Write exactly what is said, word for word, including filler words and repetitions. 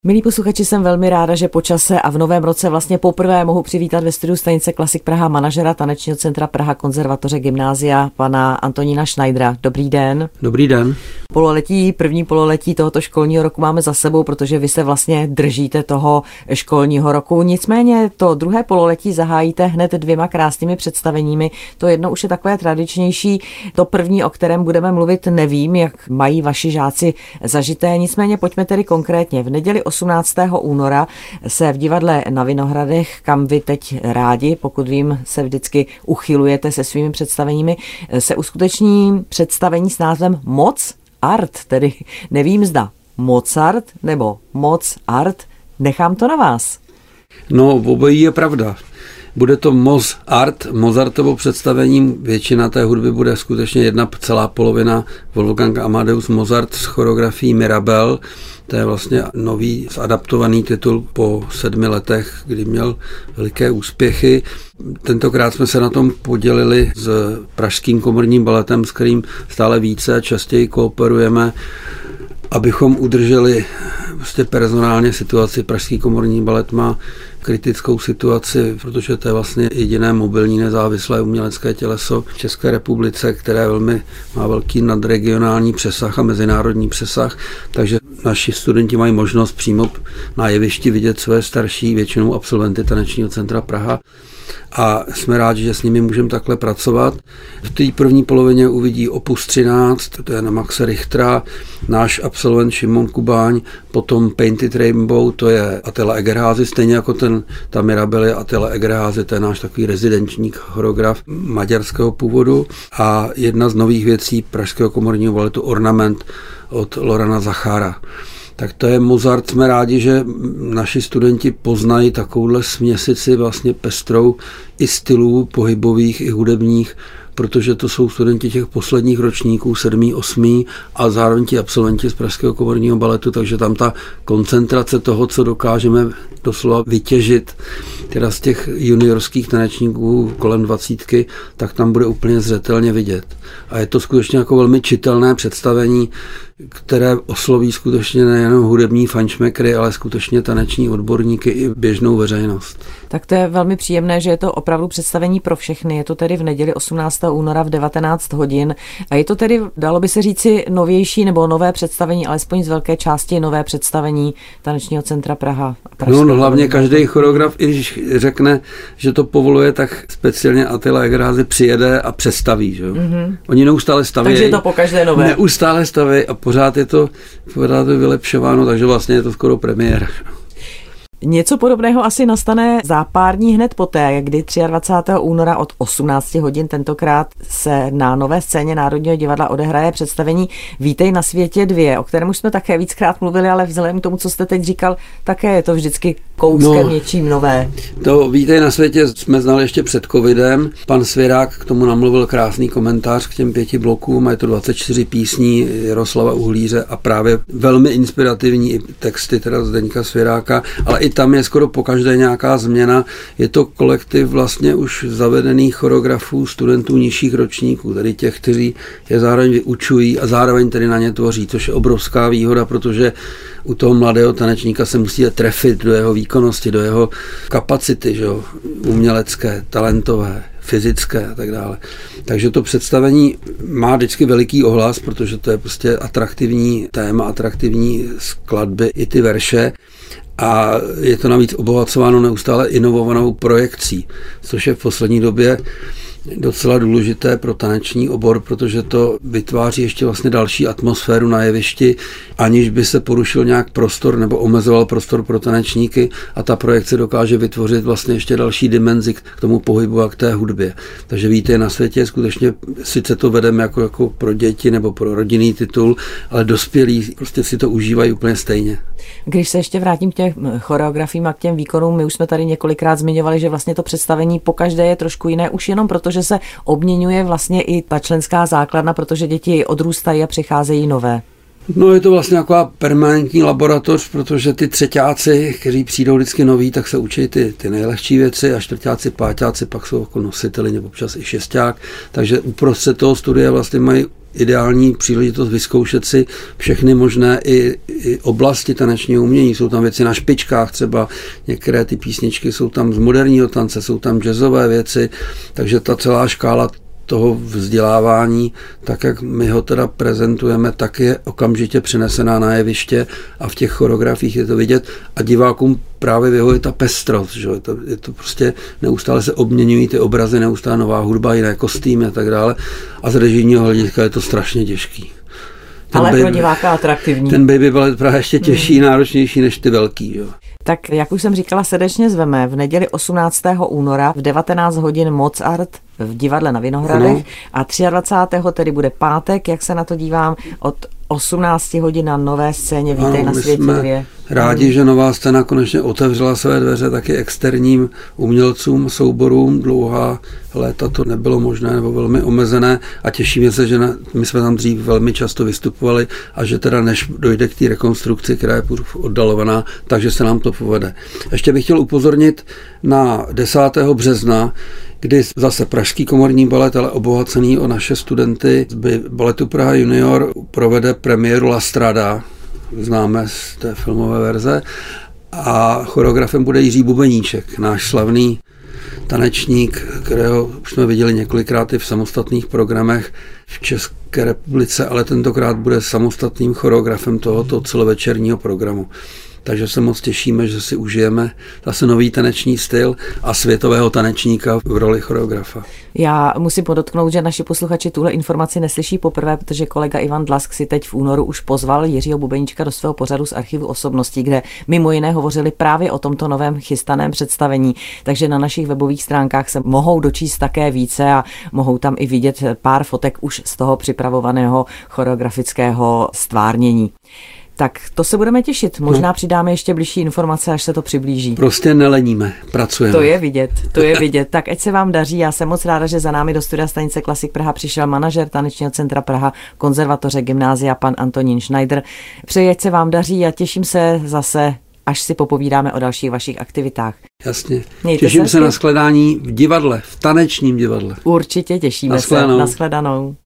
Milí posluchači, jsem velmi ráda, že po čase a v novém roce vlastně poprvé mohu přivítat ve studiu stanice Klasik Praha manažera Tanečního centra Praha Konzervatoře Gymnázia, pana Antonína Schneidera. Dobrý den. Dobrý den. Pololetí, první pololetí tohoto školního roku máme za sebou, protože vy se vlastně držíte toho školního roku. Nicméně to druhé pololetí zahájíte hned dvěma krásnými představeními. To jedno už je takové tradičnější. To první, o kterém budeme mluvit, nevím, jak mají vaši žáci zažité. Nicméně pojďme tedy konkrétně. V neděli osmnáctého února se v divadle na Vinohradech, kam vy teď rádi, pokud vím, se vždycky uchylujete se svými představeními, se uskuteční představení s názvem Moc Art, tedy nevím zda Mozart nebo Moc Art, nechám to na vás. No, obojí je pravda. Bude to Moz Art, Mozartovo představením, většina té hudby bude skutečně jedna celá polovina Wolfgang Amadeus Mozart s choreografií Mirabel. To je vlastně nový zadaptovaný titul po sedmi letech, kdy měl veliké úspěchy. Tentokrát jsme se na tom podělili s Pražským komorním baletem, s kterým stále více a častěji kooperujeme, abychom udrželi prostě personálně situaci. Pražský komorní balet má kritickou situaci, protože to je vlastně jediné mobilní nezávislé umělecké těleso v České republice, které velmi má velký nadregionální přesah a mezinárodní přesah, takže naši studenti mají možnost přímo na jevišti vidět své starší, většinou absolventy Tanečního centra Praha. A jsme rádi, že s nimi můžeme takhle pracovat. V té první polovině uvidí Opus třináct, to je na Maxe Richtera, náš absolvent Šimon Kubáň, potom Painted Rainbow, to je Attila Egerházy, stejně jako ten, ta Mirabel je Attila Egerházy, to je náš takový rezidenční choreograf maďarského původu. A jedna z nových věcí Pražského komorního baletu Ornament od Lorana Zachára. Tak to je Mozart. Jsme rádi, že naši studenti poznají takovouhle směsici vlastně pestrou i stylů pohybových, i hudebních, protože to jsou studenti těch posledních ročníků, sedmý, osmý a zároveň ti absolventi z Pražského komorního baletu, takže tam ta koncentrace toho, co dokážeme doslova vytěžit teda z těch juniorských tanečníků kolem dvacítky, tak tam bude úplně zřetelně vidět. A je to skutečně jako velmi čitelné představení, které osloví skutečně nejen hudební fajnšmekry, ale skutečně taneční odborníky i běžnou veřejnost. Tak to je velmi příjemné, že je to opravdu představení pro všechny. Je to tedy v neděli osmnáctého února v devatenáct hodin. A je to tedy, dalo by se říci, novější nebo nové představení, alespoň z velké části nové představení Tanečního centra Praha. No, no hlavně každý choreograf, i když řekne, že to povoluje, tak speciálně Attila Egerházy přijede a přestaví. Že? Mm-hmm. Oni neustále staví. Takže je to po každé nové. Neustále staví a pořád je to, pořád je vylepšováno, takže vlastně je to skoro premiéra. Něco podobného asi nastane za pár dní hned poté, kdy dvacátého třetího února od osmnácti hodin tentokrát se na nové scéně Národního divadla odehraje představení Vítej na světě dvě, o kterém už jsme také víckrát mluvili, ale vzhledem k tomu, co jste teď říkal, také je to vždycky kouskem no, něčím nové. To Vítej na světě jsme znali ještě před covidem. Pan Svěrák k tomu namluvil krásný komentář k těm pěti blokům, je to dvacet čtyři písní Jaroslava Uhlíře a právě velmi inspirativní texty teda Zdeňka Svěráka, ale i tam je skoro pokaždé nějaká změna. Je to kolektiv vlastně už zavedených choreografů, studentů nižších ročníků, tedy těch, kteří je zároveň vyučují a zároveň tedy na ně tvoří, což je obrovská výhoda, protože u toho mladého tanečníka se musíte trefit do jeho výkonnosti, do jeho kapacity, že jo, umělecké, talentové, fyzické a tak dále. Takže to představení má vždycky veliký ohlas, protože to je prostě atraktivní téma, atraktivní skladby i ty verše. A je to navíc obohacováno neustále inovovanou projekcí, což je v poslední době docela důležité pro taneční obor, protože to vytváří ještě vlastně další atmosféru na jevišti, aniž by se porušil nějak prostor nebo omezoval prostor pro tanečníky a ta projekce dokáže vytvořit vlastně ještě další dimenzi k tomu pohybu a k té hudbě. Takže Vítej na světě, skutečně sice to vedeme jako, jako pro děti nebo pro rodinný titul, ale dospělí prostě si to užívají úplně stejně. Když se ještě vrátím k těm choreografiím a k těm výkonům, my už jsme tady několikrát zmiňovali, že vlastně to představení pokaždé je trošku jiné, už jenom proto, že se obměňuje vlastně i ta členská základna, protože děti odrůstají a přicházejí nové. No je to vlastně taková permanentní laboratoř, protože ty třeťáci, kteří přijdou vždycky noví, tak se učí ty, ty nejlehčí věci a čtvrťáci, páťáci pak jsou jako nositeli nebo občas i šesták, takže uprostřed toho studia vlastně mají ideální příležitost vyzkoušet si všechny možné i, i oblasti tanečního umění. Jsou tam věci na špičkách, třeba některé ty písničky jsou tam z moderního tance, jsou tam jazzové věci, takže ta celá škála toho vzdělávání, tak jak my ho teda prezentujeme, tak je okamžitě přenesená na jeviště a v těch choreografiích je to vidět a divákům právě vyhovuje ta pestrost, že? Je, to, je to prostě neustále se obměňují ty obrazy, neustále nová hudba, jiné kostýmy a tak dále a z režijního hlediska je to strašně těžký. Ten ale baby, pro diváka atraktivní. Ten baby byl právě ještě těžší, hmm. náročnější než ty velký. Jo. Tak jak už jsem říkala, srdečně zveme v neděli osmnáctého února v devatenáct hodin Mozart v divadle na Vinohradech ano. A dvacátého třetího tedy bude pátek, jak se na to dívám, od osmnáct hodin na Nové scéně Vítej ano, na světě dvě. Rádi, hmm. že Nová scéna konečně otevřela své dveře taky externím umělcům, souborům. Dlouhá léta to nebylo možné nebo velmi omezené a těšíme se, že na, my jsme tam dřív velmi často vystupovali a že teda než dojde k té rekonstrukci, která je oddalovaná, takže se nám to povede. Ještě bych chtěl upozornit na desátého března, kdy zase Pražský komorní balet, ale obohacený o naše studenty z baletu Praha Junior, provede premiéru La Strada, známe z té filmové verze, a choreografem bude Jiří Bubeníček, náš slavný tanečník, kterého už jsme viděli několikrát i v samostatných programech v České republice, ale tentokrát bude samostatným choreografem tohoto celovečerního programu. Takže se moc těšíme, že si užijeme zase nový taneční styl a světového tanečníka v roli choreografa. Já musím podotknout, že naši posluchači tuhle informaci neslyší poprvé, protože kolega Ivan Dlask si teď v únoru už pozval Jiřího Bubeníčka do svého pořadu z archivu osobností, kde mimo jiné hovořili právě o tomto novém chystaném představení. Takže na našich webových stránkách se mohou dočíst také více a mohou tam i vidět pár fotek už z toho připravovaného choreografického stvárnění. Tak to se budeme těšit. Možná no. přidáme ještě bližší informace, až se to přiblíží. Prostě neleníme, pracujeme. To je vidět, to je vidět. Tak ať se vám daří. Já jsem moc ráda, že za námi do studia stanice Klasik Praha přišel manažer Tanečního centra Praha, konzervatoře Gymnázia, pan Antonín Schneider. Přeji, ať se vám daří a těším se zase, až si popovídáme o dalších vašich aktivitách. Jasně. Mějte Těším se, se na shledání v divadle, v tanečním divadle. Určitě těšíme se. Nashledanou.